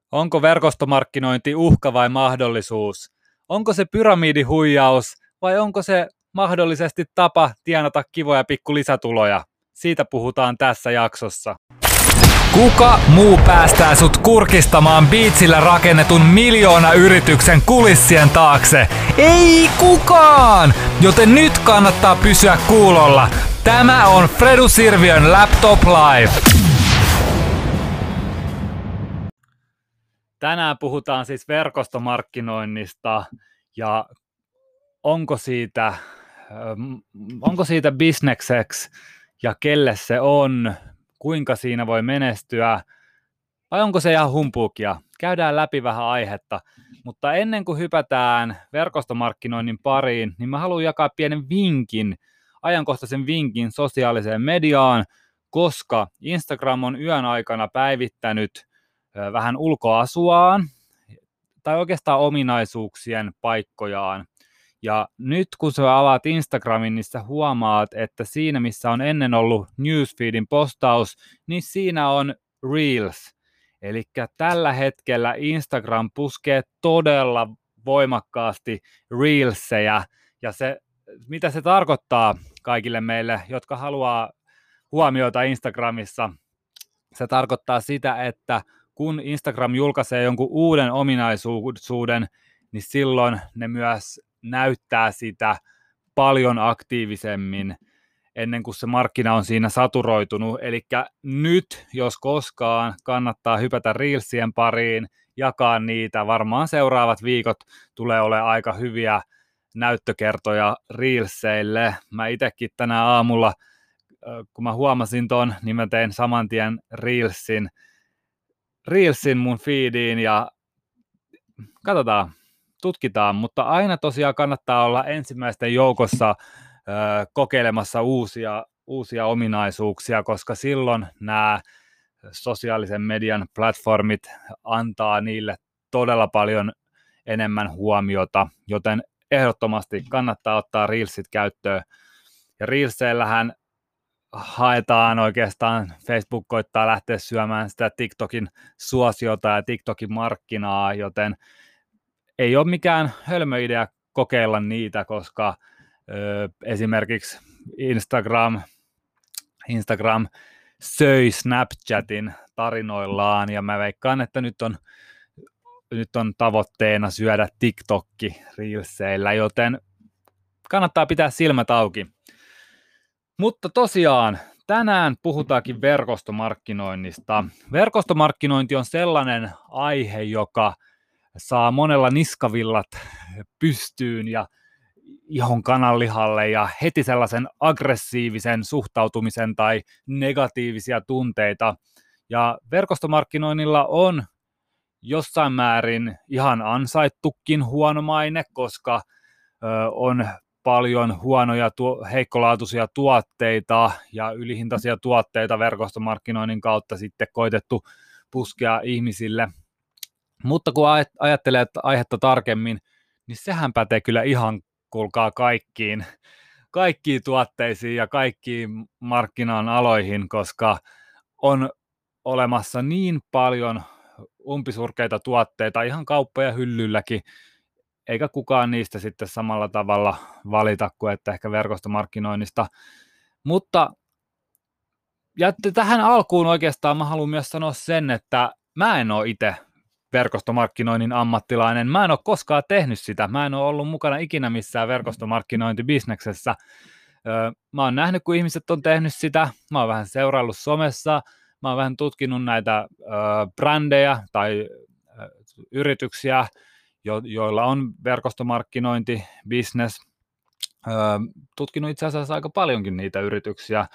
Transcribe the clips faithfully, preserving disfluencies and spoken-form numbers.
Onko verkostomarkkinointi uhka vai mahdollisuus? Onko se pyramidihuijaus vai onko se mahdollisesti tapa tienata kivoja pikku lisätuloja? Siitä puhutaan tässä jaksossa. Kuka muu päästää sut kurkistamaan biitsillä rakennetun miljoona yrityksen kulissien taakse? Ei kukaan! Joten nyt kannattaa pysyä kuulolla. Tämä on Fredu Sirviön Laptop Live. Tänään puhutaan siis verkostomarkkinoinnista ja onko siitä, onko siitä bisnekseksi ja kelle se on, kuinka siinä voi menestyä vai onko se ihan humpuukia. Käydään läpi vähän aihetta, mutta ennen kuin hypätään verkostomarkkinoinnin pariin, niin mä haluan jakaa pienen vinkin, ajankohtaisen vinkin sosiaaliseen mediaan, koska Instagram on yön aikana päivittänyt vähän ulkoasuaan tai oikeastaan ominaisuuksien paikkojaan. Ja nyt kun sä avaat Instagramin, niin sä huomaat, että siinä missä on ennen ollut newsfeedin postaus, niin siinä on Reels. Eli tällä hetkellä Instagram puskee todella voimakkaasti Reelsejä. Ja se, mitä se tarkoittaa kaikille meille, jotka haluaa huomiota Instagramissa, se tarkoittaa sitä, että kun Instagram julkaisee jonkun uuden ominaisuuden, niin silloin ne myös näyttää sitä paljon aktiivisemmin ennen kuin se markkina on siinä saturoitunut. Eli nyt, jos koskaan, kannattaa hypätä Reelsien pariin, jakaa niitä. Varmaan seuraavat viikot tulee olemaan aika hyviä näyttökertoja Reelseille. Mä itsekin tänä aamulla, kun mä huomasin ton, niin mä tein saman tien Reelsin, Reelsin mun feediin ja katsotaan, tutkitaan, mutta aina tosiaan kannattaa olla ensimmäisten joukossa ö, kokeilemassa uusia, uusia ominaisuuksia, koska silloin nämä sosiaalisen median platformit antaa niille todella paljon enemmän huomiota, joten ehdottomasti kannattaa ottaa Reelsit käyttöön. Ja Reelseillähän haetaan oikeastaan, Facebook koittaa lähteä syömään sitä TikTokin suosiota ja TikTokin markkinaa, joten ei ole mikään hölmöidea kokeilla niitä, koska ö, esimerkiksi Instagram, Instagram söi Snapchatin tarinoillaan ja mä veikkaan, että nyt on, nyt on tavoitteena syödä TikTokki Reelseillä, joten kannattaa pitää silmät auki. Mutta tosiaan, tänään puhutaankin verkostomarkkinoinnista. Verkostomarkkinointi on sellainen aihe, joka saa monella niskavillat pystyyn ja ihon kananlihalle ja heti sellaisen aggressiivisen suhtautumisen tai negatiivisia tunteita. Ja verkostomarkkinoinnilla on jossain määrin ihan ansaittukin huono maine, koska ö, on paljon huonoja, tuo, heikkolaatuisia tuotteita ja ylihintaisia tuotteita verkostomarkkinoinnin kautta sitten koitettu puskea ihmisille. Mutta kun ajattelee että aihetta tarkemmin, niin sehän pätee kyllä ihan kuulkaa kaikkiin, kaikkiin tuotteisiin ja kaikkiin markkinan aloihin, koska on olemassa niin paljon umpisurkeita tuotteita ihan kauppoja hyllylläkin, eikä kukaan niistä sitten samalla tavalla valita kuin että ehkä verkostomarkkinoinnista. Mutta ja tähän alkuun oikeastaan mä haluan myös sanoa sen, että mä en ole itse verkostomarkkinoinnin ammattilainen. Mä en ole koskaan tehnyt sitä. Mä en ole ollut mukana ikinä missään verkostomarkkinointibisneksessä. Mä oon nähnyt, kun ihmiset on tehnyt sitä. Mä oon vähän seuraillut somessa. Mä oon vähän tutkinut näitä brändejä tai yrityksiä, joilla on verkostomarkkinointibisnes. Tutkinut itse asiassa aika paljonkin niitä yrityksiä,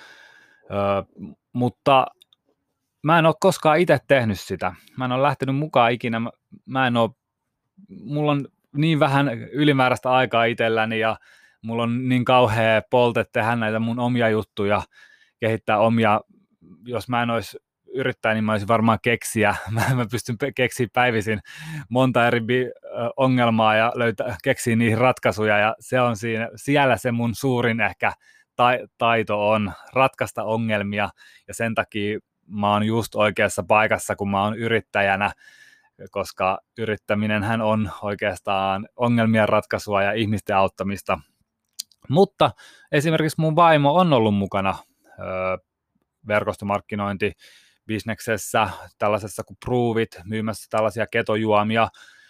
mutta mä en ole koskaan itse tehnyt sitä. Mä en ole lähtenyt mukaan ikinä. Mä en ole, mulla on niin vähän ylimääräistä aikaa itselläni ja mulla on niin kauhea polte tehdä näitä mun omia juttuja, kehittää omia. Jos mä en olisi yrittäjä, niin mä olisin varmaan keksiä. Mä, mä pystyn keksiä päivisin monta eri bi- ongelmaa ja löytää, keksiä niihin ratkaisuja ja se on siinä, siellä se mun suurin ehkä ta- taito on ratkaista ongelmia ja sen takia mä oon just oikeassa paikassa, kun mä oon yrittäjänä koska yrittäminenhän on oikeastaan ongelmien ratkaisua ja ihmisten auttamista. Mutta esimerkiksi mun vaimo on ollut mukana öö, verkostomarkkinointibisneksessä, tällaisessa kuin Pruvit, myymässä tällaisia ketojuomia,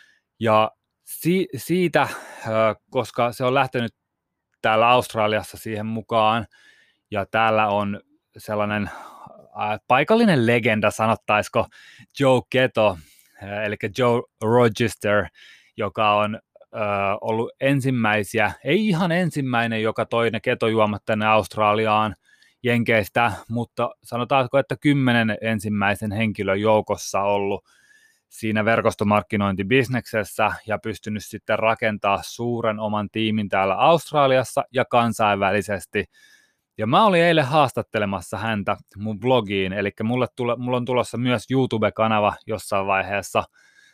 ja si- siitä, öö, koska se on lähtenyt täällä Australiassa siihen mukaan, ja täällä on sellainen äh, paikallinen legenda, sanottaisiko Joe Keto, äh, eli Joe Rochester, joka on äh, ollut ensimmäisiä, ei ihan ensimmäinen, joka toi ne ketojuomat tänne Australiaan Jenkeistä, mutta sanotaanko, että kymmenen ensimmäisen henkilön joukossa ollut siinä verkostomarkkinointibisneksessä ja pystynyt sitten rakentaa suuren oman tiimin täällä Australiassa ja kansainvälisesti. Ja mä olin eilen haastattelemassa häntä mun blogiin, eli mulle tule, mulla on tulossa myös YouTube-kanava jossain vaiheessa.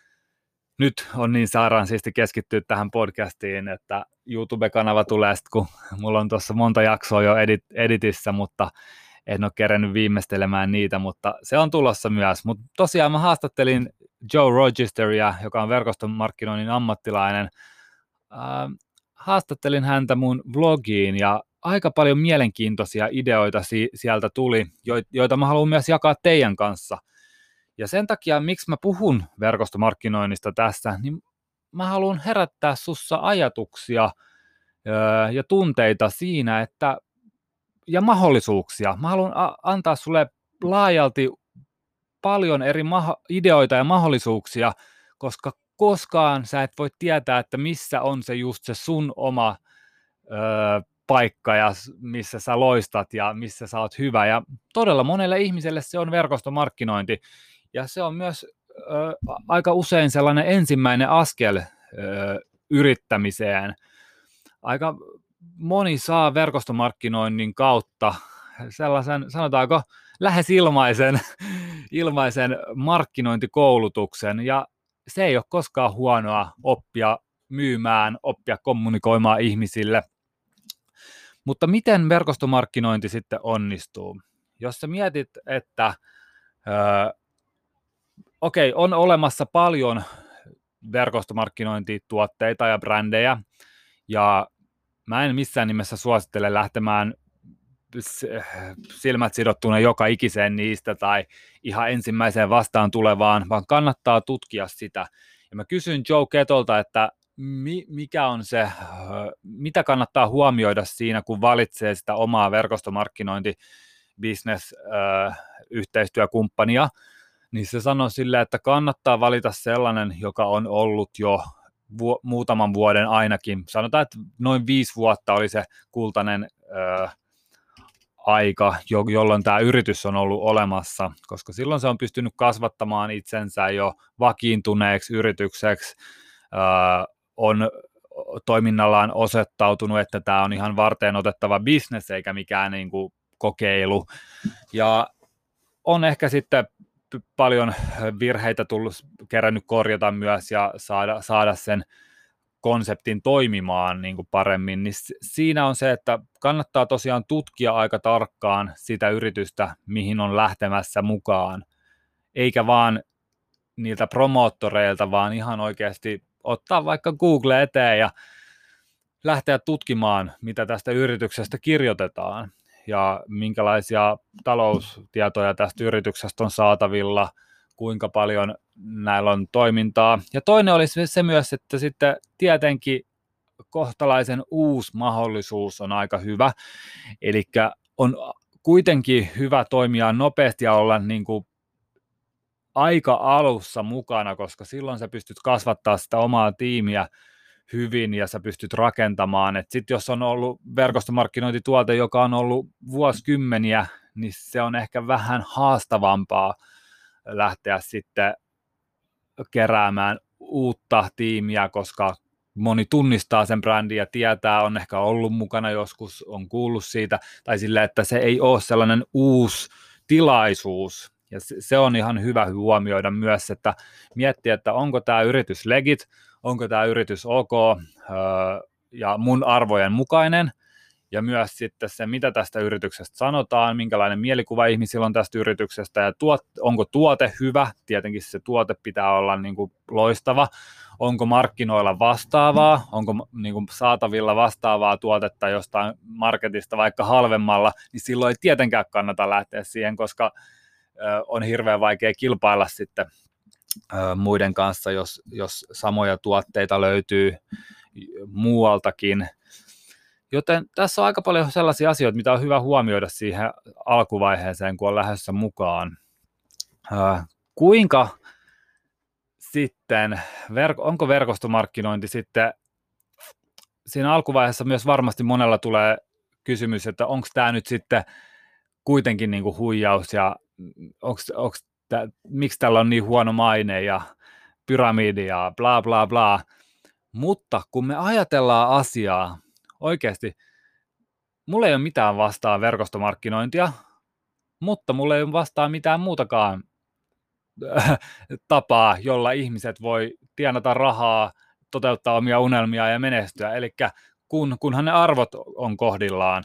Nyt on niin sairaan siisti keskittyä tähän podcastiin, että YouTube-kanava tulee sitten, kun mulla on tuossa monta jaksoa jo edit, editissä, mutta en ole kerennyt viimeistelemään niitä, mutta se on tulossa myös. Mutta tosiaan mä haastattelin Joe Rochesteria, joka on verkostomarkkinoinnin ammattilainen. Äh, haastattelin häntä mun blogiin ja aika paljon mielenkiintoisia ideoita si- sieltä tuli, jo- joita mä haluan myös jakaa teidän kanssa. Ja sen takia, miksi mä puhun verkostomarkkinoinnista tässä, niin mä haluan herättää sussa ajatuksia öö, ja tunteita siinä, että ja mahdollisuuksia. Mä haluan a- antaa sulle laajalti paljon eri maho- ideoita ja mahdollisuuksia, koska koskaan sä et voi tietää, että missä on se just se sun oma öö, paikka ja missä sä loistat ja missä sä oot hyvä. Ja todella monelle ihmiselle se on verkostomarkkinointi. Ja se on myös öö, aika usein sellainen ensimmäinen askel öö, yrittämiseen. Aika moni saa verkostomarkkinoinnin kautta sellaisen, sanotaanko, lähes ilmaisen, ilmaisen markkinointikoulutuksen, ja se ei ole koskaan huonoa oppia myymään, oppia kommunikoimaan ihmisille. Mutta miten verkostomarkkinointi sitten onnistuu? Jos sä mietit, että öö, okei, okay, on olemassa paljon verkostomarkkinointituotteita ja brändejä, ja mä en missään nimessä suosittele lähtemään silmät sidottuna joka ikiseen niistä tai ihan ensimmäiseen vastaan tulevaan, vaan kannattaa tutkia sitä. Ja mä kysyin Joe Ketolta, että mi, mikä on se, mitä kannattaa huomioida siinä, kun valitsee sitä omaa verkostomarkkinointi-business-yhteistyökumppania, niin se sanoi silleen, että kannattaa valita sellainen, joka on ollut jo vu- muutaman vuoden ainakin. Sanotaan, että noin viisi vuotta oli se kultainen ö, aika, jo- jolloin tämä yritys on ollut olemassa, koska silloin se on pystynyt kasvattamaan itsensä jo vakiintuneeksi yritykseksi, ö, on toiminnallaan osoittautunut, että tämä on ihan varteen otettava bisnes eikä mikään niin kuin kokeilu, ja on ehkä sitten paljon virheitä tullut, kerännyt korjata myös ja saada, saada sen konseptin toimimaan niin kuin paremmin, niin siinä on se, että kannattaa tosiaan tutkia aika tarkkaan sitä yritystä, mihin on lähtemässä mukaan, eikä vaan niiltä promoottoreilta, vaan ihan oikeasti ottaa vaikka Google eteen ja lähteä tutkimaan, mitä tästä yrityksestä kirjoitetaan ja minkälaisia taloustietoja tästä yrityksestä on saatavilla, kuinka paljon näillä on toimintaa. Ja toinen olisi se myös, että sitten tietenkin kohtalaisen uusi mahdollisuus on aika hyvä, eli on kuitenkin hyvä toimia nopeasti ja olla niin kuin aika alussa mukana, koska silloin sä pystyt kasvattaa sitä omaa tiimiä hyvin ja sä pystyt rakentamaan. Sitten jos on ollut verkostomarkkinointituote, joka on ollut vuosikymmeniä, niin se on ehkä vähän haastavampaa lähteä sitten keräämään uutta tiimiä, koska moni tunnistaa sen brändin ja tietää, on ehkä ollut mukana joskus, on kuullut siitä, tai sillä, että se ei ole sellainen uusi tilaisuus. Ja se on ihan hyvä huomioida myös, että miettiä, että onko tämä yritys legit, onko tämä yritys ok ja mun arvojen mukainen, ja myös sitten se, mitä tästä yrityksestä sanotaan, minkälainen mielikuva ihmisillä on tästä yrityksestä, ja tuot, onko tuote hyvä, tietenkin se tuote pitää olla niin kuin loistava, onko markkinoilla vastaavaa, onko niin kuin saatavilla vastaavaa tuotetta jostain marketista vaikka halvemmalla, niin silloin ei tietenkään kannata lähteä siihen, koska on hirveän vaikea kilpailla sitten muiden kanssa, jos, jos samoja tuotteita löytyy muualtakin. Joten tässä on aika paljon sellaisia asioita, mitä on hyvä huomioida siihen alkuvaiheeseen, kun on lähdössä mukaan. Kuinka sitten, onko verkostomarkkinointi sitten, siinä alkuvaiheessa myös varmasti monella tulee kysymys, että onko tämä nyt sitten kuitenkin niin kuin huijaus ja onko, onko tää, miksi tällä on niin huono maine ja pyramidi ja bla bla bla, mutta kun me ajatellaan asiaa oikeasti, mulla ei ole mitään vastaa verkostomarkkinointia, mutta mulla ei ole vastaa mitään muutakaan tapaa, jolla ihmiset voi tienata rahaa, toteuttaa omia unelmia ja menestyä, eli kun, kunhan ne arvot on kohdillaan.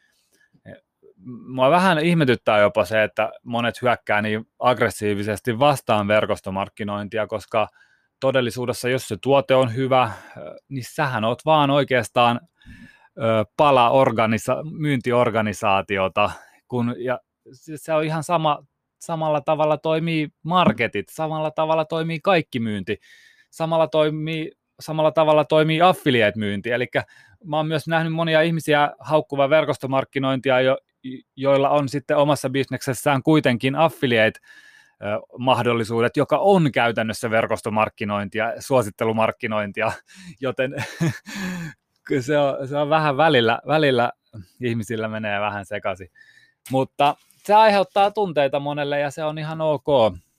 Mua vähän ihmetyttää jopa se, että monet hyökkää niin aggressiivisesti vastaan verkostomarkkinointia, koska todellisuudessa, jos se tuote on hyvä, niin sähän oot vaan oikeastaan pala organisa- myyntiorganisaatiota, kun, ja se on ihan sama, samalla tavalla toimii marketit, samalla tavalla toimii kaikki myynti, samalla, toimii, samalla tavalla toimii affiliate-myynti, eli mä oon myös nähnyt monia ihmisiä haukkuvaa verkostomarkkinointia, jo, joilla on sitten omassa bisneksessään kuitenkin affiliate-mahdollisuudet, joka on käytännössä verkostomarkkinointia, suosittelumarkkinointia, joten se on, se on vähän välillä, välillä ihmisillä menee vähän sekaisin, mutta se aiheuttaa tunteita monelle ja se on ihan ok.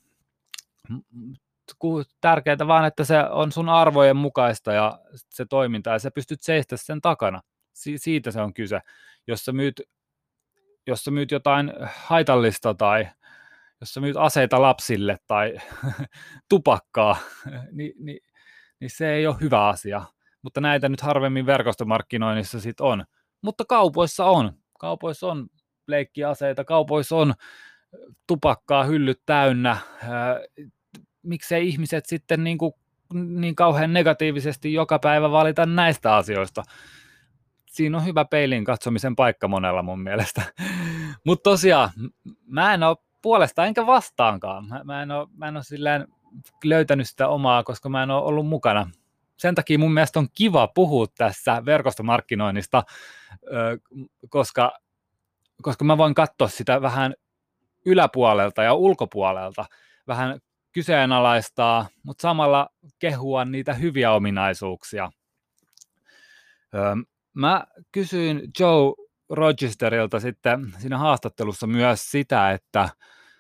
Tärkeää vaan, että se on sun arvojen mukaista ja se toiminta ja sä pystyt seistä sen takana. Si- siitä se on kyse. Jos sä myyt, jos sä myyt jotain haitallista tai jos sä myyt aseita lapsille tai tupakkaa, niin, niin, niin se ei ole hyvä asia. Mutta näitä nyt harvemmin verkostomarkkinoinnissa sit on. Mutta kaupoissa on. Kaupoissa on leikkiaseita, kaupoissa on tupakkaa hyllyt täynnä. Miksei ihmiset sitten niin, kuin, niin kauhean negatiivisesti joka päivä valita näistä asioista? Siinä on hyvä peilin katsomisen paikka monella mun mielestä. Mutta tosiaan, mä en ole puolesta enkä vastaankaan. Mä, mä en ole, mä en ole silleen löytänyt sitä omaa, koska mä en ole ollut mukana. Sen takia mun mielestä on kiva puhua tässä verkostomarkkinoinnista, koska, koska mä voin katsoa sitä vähän yläpuolelta ja ulkopuolelta, vähän kyseenalaistaa, mutta samalla kehua niitä hyviä ominaisuuksia. Mä kysyin Joe Rochesterilta sitten siinä haastattelussa myös sitä, että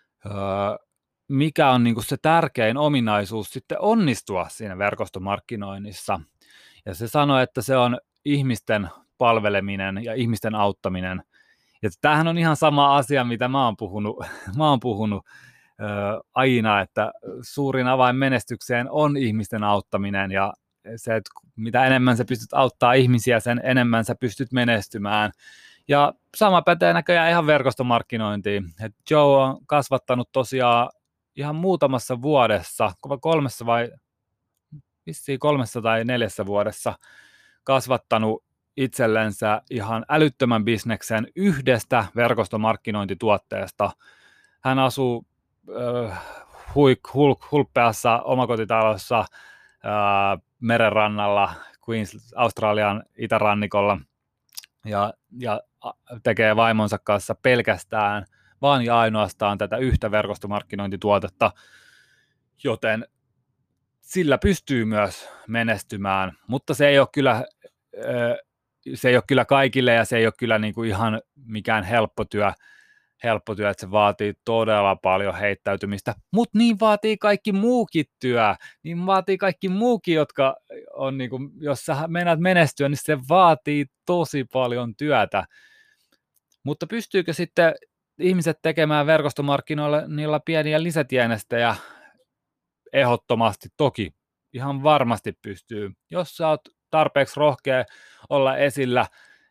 mikä on niinku se tärkein ominaisuus sitten onnistua siinä verkostomarkkinoinnissa. Ja se sanoi, että se on ihmisten palveleminen ja ihmisten auttaminen. Ja tämähän on ihan sama asia, mitä mä oon puhunut, mä oon puhunut ö, aina, että suurin avain menestykseen on ihmisten auttaminen ja se, että mitä enemmän sä pystyt auttaa ihmisiä, sen enemmän sä pystyt menestymään. Ja sama pätee näköjään ihan verkostomarkkinointiin. Et Joe on kasvattanut tosiaan ihan muutamassa vuodessa, kolmessa vai vissiin kolmessa tai neljässä vuodessa kasvattanut itsellensä ihan älyttömän bisneksen yhdestä verkostomarkkinointituotteesta. Hän asuu äh, huik, hulk, hulppeassa omakotitalossa äh, merenrannalla Queens, Australian itärannikolla ja, ja tekee vaimonsa kanssa pelkästään vaan ja ainoastaan tätä yhtä verkostomarkkinointituotetta, joten sillä pystyy myös menestymään, mutta se ei ole kyllä, se ei ole kyllä kaikille ja se ei ole kyllä niin kuin ihan mikään helppo työ, helppo työ, että se vaatii todella paljon heittäytymistä, mutta niin vaatii kaikki muukin työ, niin vaatii kaikki muukin, jotka on, niin kuin, jos sä meinaat menestyä, niin se vaatii tosi paljon työtä, mutta pystyykö sitten ihmiset tekemään verkostomarkkinoilla niillä pieniä lisätienestejä? Ehdottomasti, toki, ihan varmasti pystyy. Jos sä oot tarpeeksi rohkea olla esillä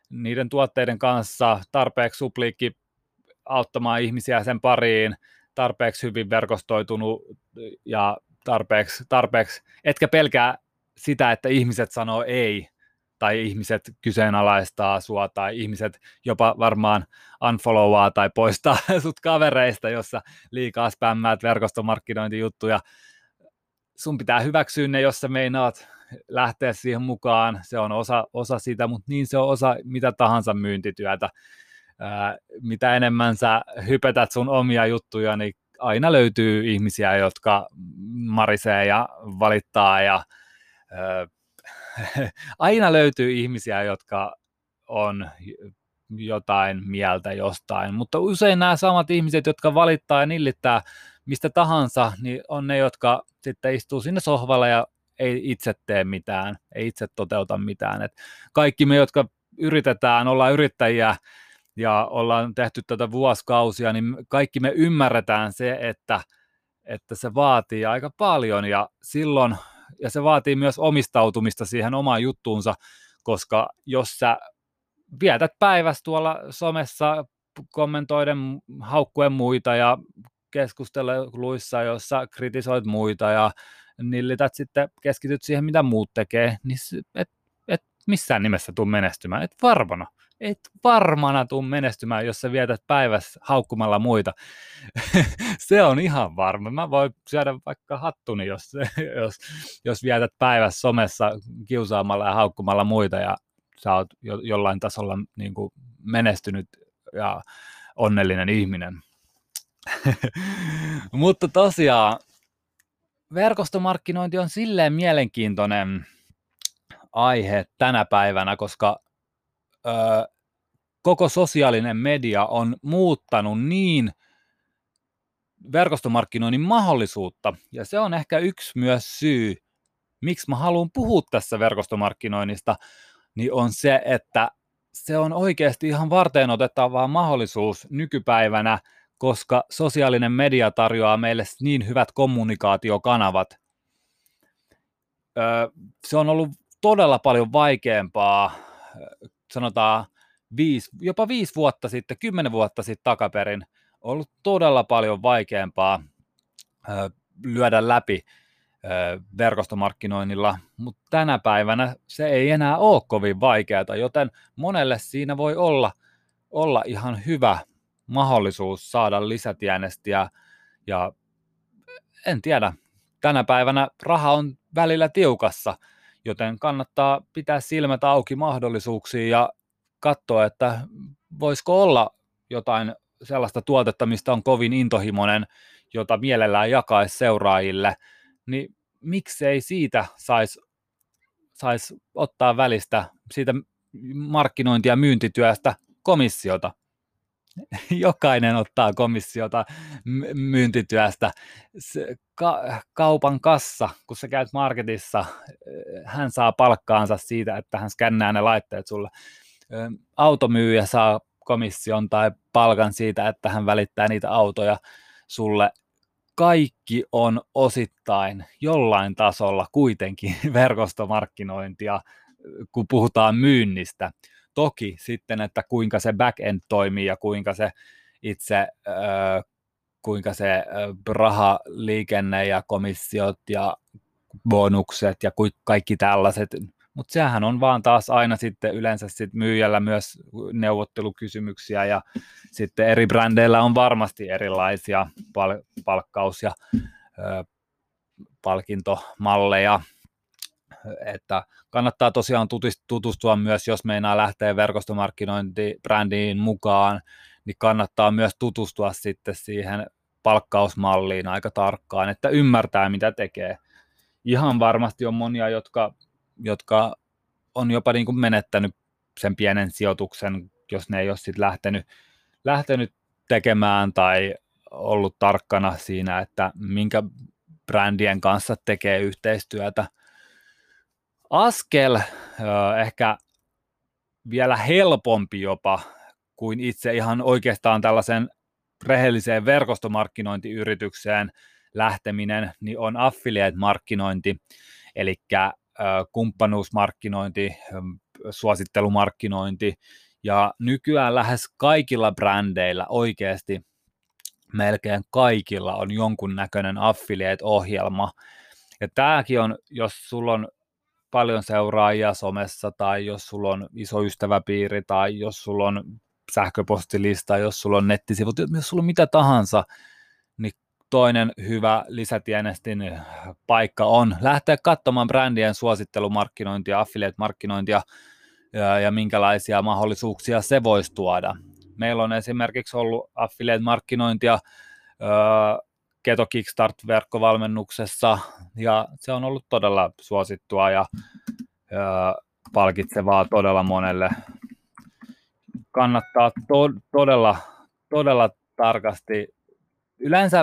niiden tuotteiden kanssa, tarpeeksi supliikki auttamaan ihmisiä sen pariin, tarpeeksi hyvin verkostoitunut ja tarpeeksi, tarpeeksi etkä pelkää sitä, että ihmiset sanoo ei, tai ihmiset kyseenalaistaa sua, tai ihmiset jopa varmaan unfollowaa tai poistaa sut kavereista, jossa liikaa spämmäät verkostomarkkinointijuttuja. Sun pitää hyväksyä ne, jos sä meinaat lähteä siihen mukaan. Se on osa, osa sitä, mutta niin se on osa mitä tahansa myyntityötä. Ää, mitä enemmän sä hypetät sun omia juttuja, niin aina löytyy ihmisiä, jotka marisee ja valittaa ja ää, aina löytyy ihmisiä, jotka on jotain mieltä jostain, mutta usein nämä samat ihmiset, jotka valittaa ja nillittää mistä tahansa, niin on ne, jotka sitten istuu sinne sohvalle ja ei itse tee mitään, ei itse toteuta mitään. Et kaikki me, jotka yritetään olla yrittäjiä ja ollaan tehty tätä vuosikausia, niin kaikki me ymmärretään se, että, että se vaatii aika paljon ja silloin, ja se vaatii myös omistautumista siihen omaan juttuunsa, koska jos sä vietät päivässä tuolla somessa kommentoiden, haukkuen muita ja keskusteluissa, jossa kritisoit muita ja nillität sitten, keskityt siihen, mitä muut tekee, niin et, et missään nimessä tuu menestymään, et varmana. Et varmana tuu menestymään, jos sä vietät päivässä haukkumalla muita. Se on ihan varma. Mä voin syödä vaikka hattuni, jos, jos, jos vietät päivässä somessa kiusaamalla ja haukkumalla muita ja sä oot jo, jollain tasolla niin kuin menestynyt ja onnellinen ihminen. Mutta tosiaan verkostomarkkinointi on silleen mielenkiintoinen aihe tänä päivänä, koska ö, koko sosiaalinen media on muuttanut niin verkostomarkkinoinnin mahdollisuutta, ja se on ehkä yksi myös syy, miksi mä haluan puhua tässä verkostomarkkinoinnista, niin on se, että se on oikeasti ihan varteenotettava mahdollisuus nykypäivänä, koska sosiaalinen media tarjoaa meille niin hyvät kommunikaatiokanavat. Öö, se on ollut todella paljon vaikeampaa, sanotaan viisi, jopa viisi vuotta sitten, kymmenen vuotta sitten takaperin, on ollut todella paljon vaikeampaa öö, lyödä läpi verkostomarkkinoinnilla, mutta tänä päivänä se ei enää ole kovin vaikeaa, joten monelle siinä voi olla, olla ihan hyvä mahdollisuus saada lisätienestiä ja en tiedä, tänä päivänä raha on välillä tiukassa, joten kannattaa pitää silmät auki mahdollisuuksiin ja katsoa, että voisiko olla jotain sellaista tuotetta, mistä on kovin intohimoinen, jota mielellään jakaisi seuraajille, niin miksei siitä saisi sais ottaa välistä siitä markkinointi- ja myyntityöstä komissiota. Jokainen ottaa komissiota myyntityöstä. Se ka- kaupan kassa, kun sä käyt marketissa, hän saa palkkaansa siitä, että hän skännää ne laitteet sulle. Automyyjä saa komission tai palkan siitä, että hän välittää niitä autoja sulle. Kaikki on osittain jollain tasolla kuitenkin verkostomarkkinointia, kun puhutaan myynnistä. Toki sitten, että kuinka se back-end toimii ja kuinka se itse, äh, kuinka se äh, rahaliikenne ja komissiot ja bonukset ja kaikki tällaiset, mutta sehän on vaan taas aina sitten yleensä sit myyjällä myös neuvottelukysymyksiä ja sitten eri brändeillä on varmasti erilaisia pal- palkkaus- ja ö, palkintomalleja, että kannattaa tosiaan tutustua myös, jos meinaa lähteä verkostomarkkinointibrändiin mukaan, niin kannattaa myös tutustua sitten siihen palkkausmalliin aika tarkkaan, että ymmärtää mitä tekee. Ihan varmasti on monia, jotka, jotka on jopa niin kuin menettänyt sen pienen sijoituksen, jos ne ei ole sitten lähtenyt, lähtenyt tekemään tai ollut tarkkana siinä, että minkä brändien kanssa tekee yhteistyötä. Askel ehkä vielä helpompi jopa kuin itse ihan oikeastaan tällaisen rehelliseen verkostomarkkinointiyritykseen lähteminen, niin on affiliate-markkinointi, eli kumppanuusmarkkinointi, suosittelumarkkinointi, ja nykyään lähes kaikilla brändeillä oikeasti, melkein kaikilla on jonkunnäköinen affiliate-ohjelma, ja tämäkin on, jos sulla on paljon seuraajia somessa, tai jos sulla on iso ystäväpiiri, tai jos sulla on sähköpostilista, jos sulla on nettisivut, jos sulla on mitä tahansa, niin toinen hyvä lisätienestin paikka on lähteä katsomaan brändien suosittelumarkkinointia, affiliate-markkinointia ja, ja minkälaisia mahdollisuuksia se voisi tuoda. Meillä on esimerkiksi ollut affiliate-markkinointia öö, Keto Kickstart-verkkovalmennuksessa, ja se on ollut todella suosittua ja öö, palkitsevaa todella monelle. Kannattaa to- todella, todella tarkasti. Yleensä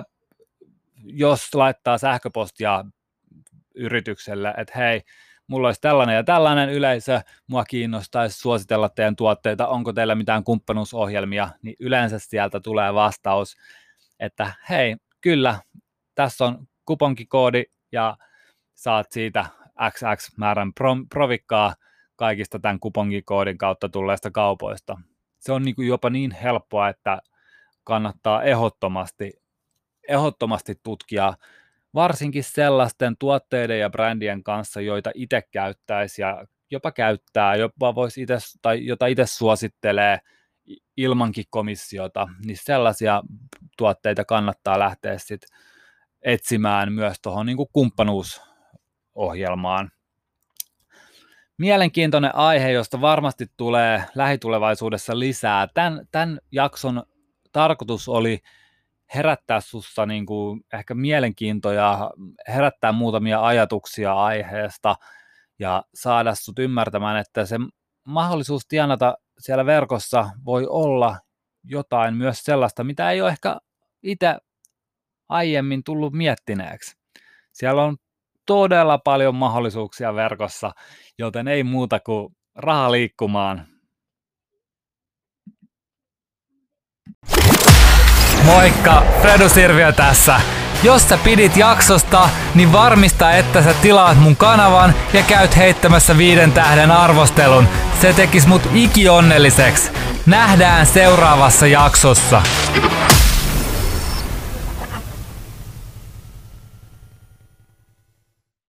jos laittaa sähköpostia yritykselle, että hei, mulla olisi tällainen ja tällainen yleisö, mua kiinnostaisi suositella teidän tuotteita, onko teillä mitään kumppanuusohjelmia, niin yleensä sieltä tulee vastaus, että hei, kyllä, tässä on kuponkikoodi ja saat siitä X X määrän provikkaa kaikista tämän kuponkikoodin kautta tulleista kaupoista. Se on niin kuin jopa niin helppoa, että kannattaa ehdottomasti, ehdottomasti tutkia varsinkin sellaisten tuotteiden ja brändien kanssa, joita itse käyttäisi ja jopa käyttää, jopa voisi itse, tai jota itse suosittelee ilmankin komissiota, niin sellaisia tuotteita kannattaa lähteä sit etsimään myös tuohon niin kuin kumppanuusohjelmaan. Mielenkiintoinen aihe, josta varmasti tulee lähitulevaisuudessa lisää. Tämän, tämän jakson tarkoitus oli herättää sussa niin kuin ehkä mielenkiintoja, herättää muutamia ajatuksia aiheesta ja saada sut ymmärtämään, että se mahdollisuus tienata siellä verkossa voi olla jotain myös sellaista, mitä ei ole ehkä itse aiemmin tullut miettineeksi. Siellä on todella paljon mahdollisuuksia verkossa, joten ei muuta kuin raha liikkumaan. Moikka, Fredu Sirviö tässä. Jos sä pidit jaksosta, niin varmista, että sä tilaat mun kanavan ja käyt heittämässä viiden tähden arvostelun. Se tekis mut ikionnelliseksi. Nähdään seuraavassa jaksossa.